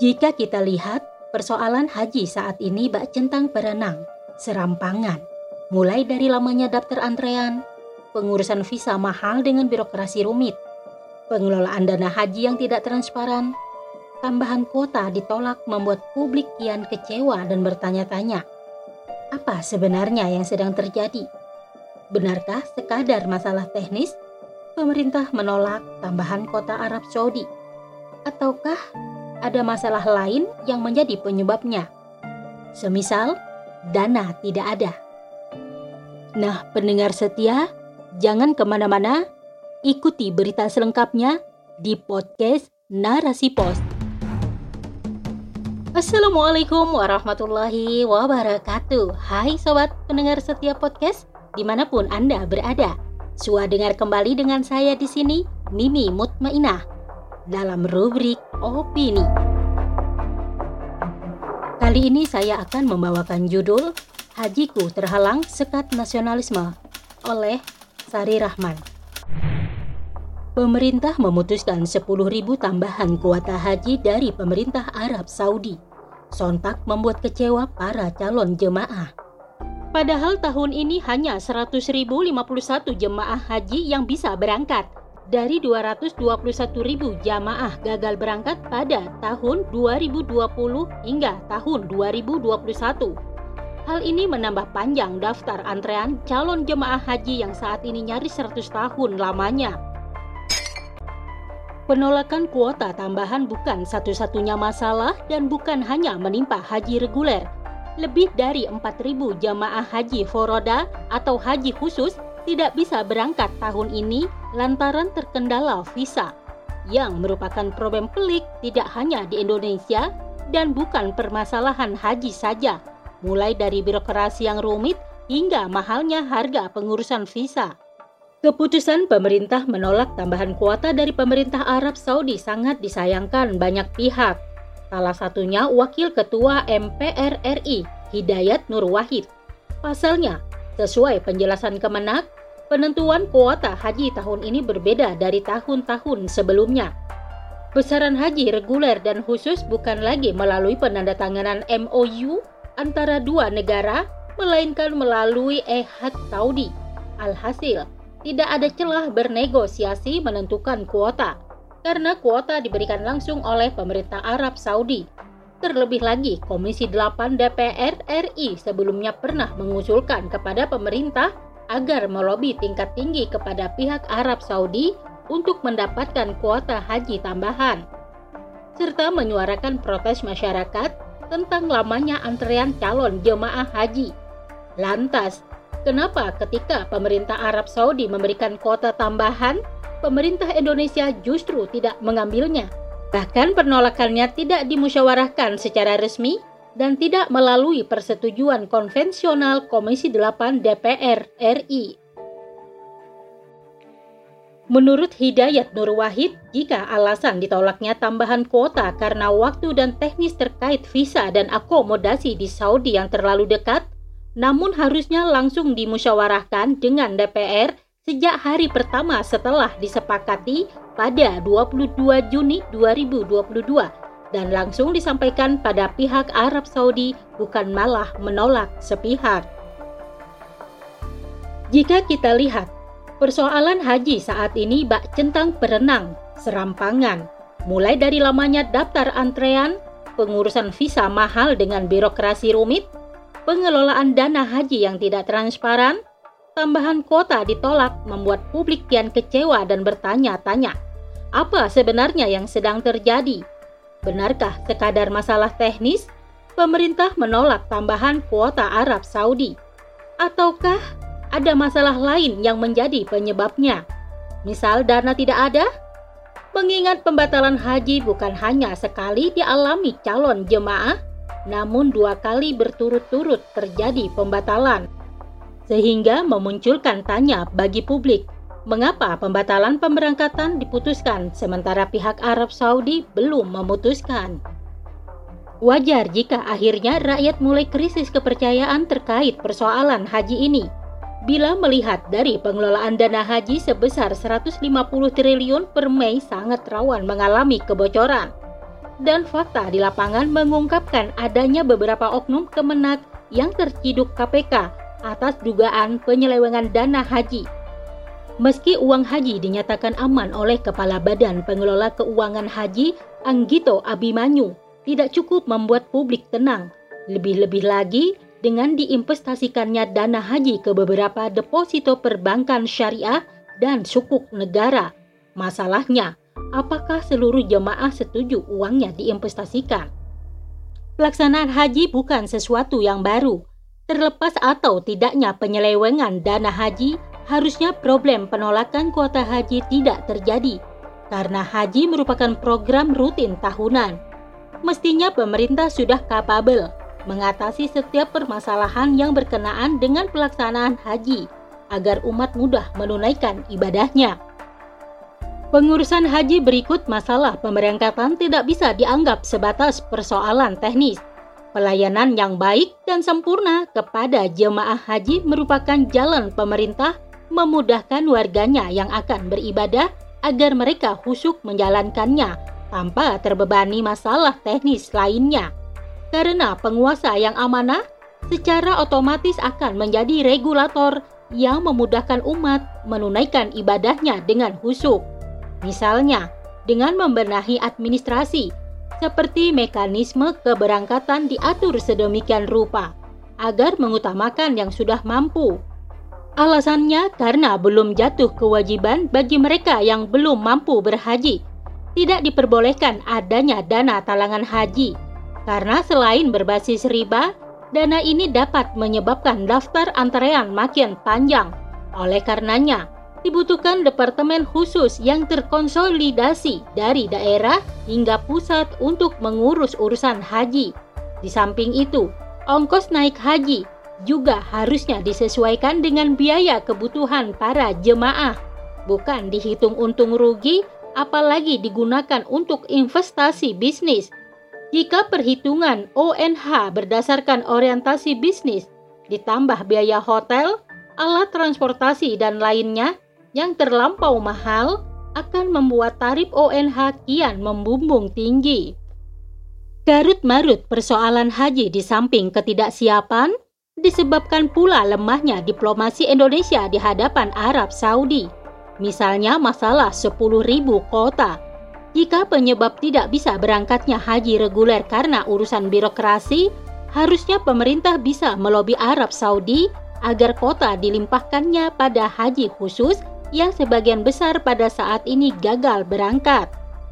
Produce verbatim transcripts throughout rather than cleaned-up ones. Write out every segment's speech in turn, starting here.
Jika kita lihat, persoalan haji saat ini bak centang berenang, serampangan. Mulai dari lamanya daftar antrean, pengurusan visa mahal dengan birokrasi rumit, pengelolaan dana haji yang tidak transparan, tambahan kuota ditolak membuat publik kian kecewa dan bertanya-tanya, apa sebenarnya yang sedang terjadi? Benarkah sekadar masalah teknis? Pemerintah menolak tambahan kuota Arab Saudi? Ataukah ada masalah lain yang menjadi penyebabnya? Semisal, dana tidak ada. Nah, pendengar setia, jangan kemana-mana, ikuti berita selengkapnya di podcast Narasi Pos. Assalamualaikum warahmatullahi wabarakatuh. Hai sobat pendengar setia podcast, dimanapun Anda berada. Sua dengar kembali dengan saya di sini, Mimi Mutmainah, dalam rubrik opini. Kali ini saya akan membawakan judul Hajiku Terhalang Sekat Nasionalisme oleh Sari Rahman. Pemerintah memutuskan sepuluh ribu tambahan kuota haji dari pemerintah Arab Saudi. Sontak membuat kecewa para calon jemaah. Padahal tahun ini hanya seratus ribu lima puluh satu jemaah haji yang bisa berangkat. Dari dua ratus dua puluh satu ribu jamaah gagal berangkat pada tahun dua ribu dua puluh hingga tahun dua ribu dua puluh satu. Hal ini menambah panjang daftar antrean calon jemaah haji yang saat ini nyaris seratus tahun lamanya. Penolakan kuota tambahan bukan satu-satunya masalah dan bukan hanya menimpa haji reguler. Lebih dari empat ribu jamaah haji foroda atau haji khusus tidak bisa berangkat tahun ini lantaran terkendala visa, yang merupakan problem pelik tidak hanya di Indonesia dan bukan permasalahan haji saja, mulai dari birokrasi yang rumit hingga mahalnya harga pengurusan visa. Keputusan pemerintah menolak tambahan kuota dari pemerintah Arab Saudi sangat disayangkan banyak pihak. Salah satunya Wakil Ketua M P R R I, Hidayat Nur Wahid. Pasalnya, sesuai penjelasan Kemenak, penentuan kuota haji tahun ini berbeda dari tahun-tahun sebelumnya. Besaran haji reguler dan khusus bukan lagi melalui penandatanganan M O U antara dua negara, melainkan melalui Ehad Saudi. Alhasil, tidak ada celah bernegosiasi menentukan kuota, karena kuota diberikan langsung oleh pemerintah Arab Saudi. Terlebih lagi, Komisi delapan D P R R I sebelumnya pernah mengusulkan kepada pemerintah agar melobi tingkat tinggi kepada pihak Arab Saudi untuk mendapatkan kuota haji tambahan, serta menyuarakan protes masyarakat tentang lamanya antrean calon jemaah haji. Lantas, kenapa ketika pemerintah Arab Saudi memberikan kuota tambahan, pemerintah Indonesia justru tidak mengambilnya? Bahkan penolakannya tidak dimusyawarahkan secara resmi dan tidak melalui persetujuan konvensional Komisi delapan D P R R I. Menurut Hidayat Nur Wahid, jika alasan ditolaknya tambahan kuota karena waktu dan teknis terkait visa dan akomodasi di Saudi yang terlalu dekat, namun harusnya langsung dimusyawarahkan dengan D P R sejak hari pertama setelah disepakati pada dua puluh dua Juni dua ribu dua puluh dua dan langsung disampaikan pada pihak Arab Saudi, bukan malah menolak sepihak. Jika kita lihat, persoalan haji saat ini bak centang berenang, serampangan. Mulai dari lamanya daftar antrean, pengurusan visa mahal dengan birokrasi rumit, pengelolaan dana haji yang tidak transparan, tambahan kuota ditolak membuat publik kian kecewa dan bertanya-tanya, apa sebenarnya yang sedang terjadi? Benarkah sekadar masalah teknis? Pemerintah menolak tambahan kuota Arab Saudi? Ataukah ada masalah lain yang menjadi penyebabnya? Misal dana tidak ada? Mengingat pembatalan haji bukan hanya sekali dialami calon jemaah, namun dua kali berturut-turut terjadi pembatalan. Sehingga memunculkan tanya bagi publik, mengapa pembatalan pemberangkatan diputuskan sementara pihak Arab Saudi belum memutuskan? Wajar jika akhirnya rakyat mulai krisis kepercayaan terkait persoalan haji ini. Bila melihat dari pengelolaan dana haji sebesar seratus lima puluh triliun per Mei sangat rawan mengalami kebocoran. dan fakta di lapangan mengungkapkan adanya beberapa oknum Kemenak yang terciduk K P K atas dugaan penyelewengan dana haji. Meski uang haji dinyatakan aman oleh Kepala Badan Pengelola Keuangan Haji Anggito Abimanyu, tidak cukup membuat publik tenang. Lebih-lebih lagi dengan diinvestasikannya dana haji ke beberapa deposito perbankan syariah dan sukuk negara. Masalahnya, apakah seluruh jemaah setuju uangnya diinvestasikan? Pelaksanaan haji bukan sesuatu yang baru. Terlepas atau tidaknya penyelewengan dana haji, harusnya problem penolakan kuota haji tidak terjadi, karena haji merupakan program rutin tahunan. Mestinya pemerintah sudah kapabel mengatasi setiap permasalahan yang berkenaan dengan pelaksanaan haji, agar umat mudah menunaikan ibadahnya. Pengurusan haji berikut masalah pemberangkatan tidak bisa dianggap sebatas persoalan teknis. Pelayanan yang baik dan sempurna kepada jemaah haji merupakan jalan pemerintah memudahkan warganya yang akan beribadah agar mereka khusyuk menjalankannya tanpa terbebani masalah teknis lainnya. Karena penguasa yang amanah secara otomatis akan menjadi regulator yang memudahkan umat menunaikan ibadahnya dengan khusyuk. Misalnya, dengan membenahi administrasi, seperti mekanisme keberangkatan diatur sedemikian rupa agar mengutamakan yang sudah mampu. Alasannya karena belum jatuh kewajiban bagi mereka yang belum mampu berhaji. Tidak diperbolehkan adanya dana talangan haji. Karena selain berbasis riba, dana ini dapat menyebabkan daftar antrean makin panjang. Oleh karenanya, dibutuhkan departemen khusus yang terkonsolidasi dari daerah hingga pusat untuk mengurus urusan haji. Di samping itu, ongkos naik haji juga harusnya disesuaikan dengan biaya kebutuhan para jemaah, bukan dihitung untung rugi, apalagi digunakan untuk investasi bisnis. Jika perhitungan O N H berdasarkan orientasi bisnis, ditambah biaya hotel, alat transportasi dan lainnya yang terlampau mahal, akan membuat tarif O N H kian membumbung tinggi. Karut-marut persoalan haji di samping ketidaksiapan, disebabkan pula lemahnya diplomasi Indonesia di hadapan Arab Saudi. Misalnya masalah sepuluh ribu kota. Jika penyebab tidak bisa berangkatnya haji reguler karena urusan birokrasi, harusnya pemerintah bisa melobi Arab Saudi agar kota dilimpahkannya pada haji khusus yang sebagian besar pada saat ini gagal berangkat.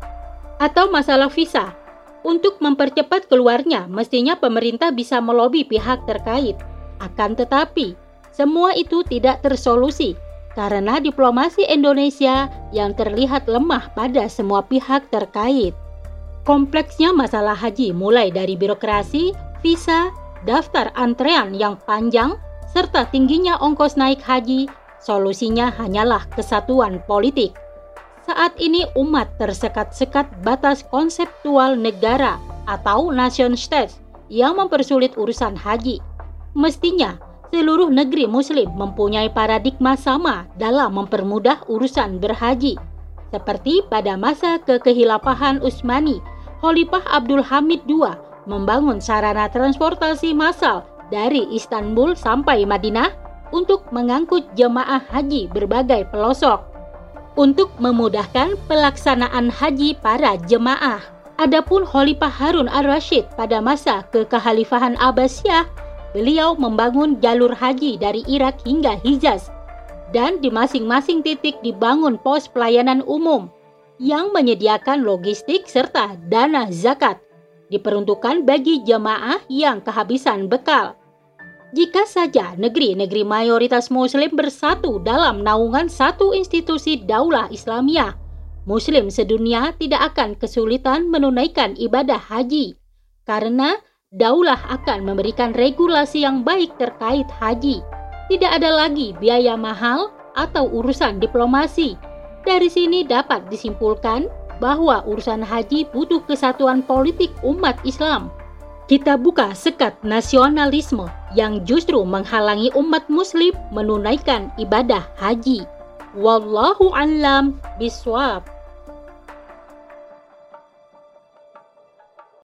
Atau masalah visa. Untuk mempercepat keluarnya, mestinya pemerintah bisa melobi pihak terkait. Akan tetapi, semua itu tidak tersolusi karena diplomasi Indonesia yang terlihat lemah pada semua pihak terkait. Kompleksnya masalah haji mulai dari birokrasi, visa, daftar antrean yang panjang, serta tingginya ongkos naik haji, solusinya hanyalah kesatuan politik. Saat ini umat tersekat-sekat batas konseptual negara atau nation state yang mempersulit urusan haji. Mestinya seluruh negeri muslim mempunyai paradigma sama dalam mempermudah urusan berhaji. Seperti pada masa kekhilafahan Utsmani, Khalifah Abdul Hamid kedua membangun sarana transportasi massal dari Istanbul sampai Madinah untuk mengangkut jemaah haji berbagai pelosok. Untuk memudahkan pelaksanaan haji para jemaah. Adapun Khalifah Harun ar-Rasyid pada masa kekhalifahan Abbasiyah, beliau membangun jalur haji dari Irak hingga Hijaz, dan di masing-masing titik dibangun pos pelayanan umum yang menyediakan logistik serta dana zakat, diperuntukkan bagi jemaah yang kehabisan bekal. Jika saja negeri-negeri mayoritas muslim bersatu dalam naungan satu institusi daulah Islamiyah, muslim sedunia tidak akan kesulitan menunaikan ibadah haji, karena daulah akan memberikan regulasi yang baik terkait haji. Tidak ada lagi biaya mahal atau urusan diplomasi. Dari sini dapat disimpulkan bahwa urusan haji butuh kesatuan politik umat Islam. Kita buka sekat nasionalisme yang justru menghalangi umat muslim menunaikan ibadah haji. Wallahu a'lam bishawab.